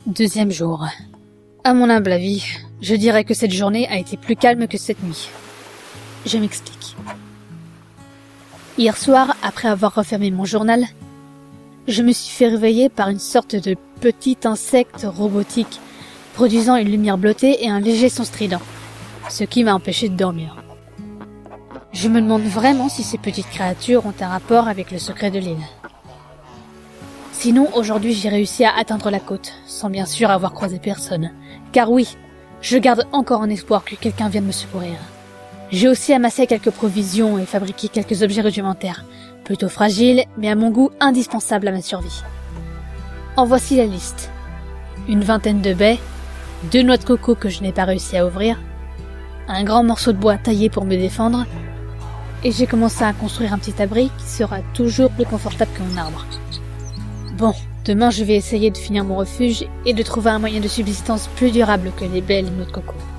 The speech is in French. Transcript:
Deuxième jour. À mon humble avis, je dirais que cette journée a été plus calme que cette nuit. Je m'explique. Hier soir, après avoir refermé mon journal, je me suis fait réveiller par une sorte de petit insecte robotique, produisant une lumière bleutée et un léger son strident, ce qui m'a empêché de dormir. Je me demande vraiment si ces petites créatures ont un rapport avec le secret de l'île. Sinon, aujourd'hui, j'ai réussi à atteindre la côte, sans bien sûr avoir croisé personne. Car oui, je garde encore un espoir que quelqu'un vienne me secourir. J'ai aussi amassé quelques provisions et fabriqué quelques objets rudimentaires, plutôt fragiles, mais à mon goût indispensables à ma survie. En voici la liste. Une vingtaine de baies, 2 noix de coco que je n'ai pas réussi à ouvrir, un grand morceau de bois taillé pour me défendre, et j'ai commencé à construire un petit abri qui sera toujours plus confortable que mon arbre. Bon, demain je vais essayer de finir mon refuge et de trouver un moyen de subsistance plus durable que les baies et les noix de coco.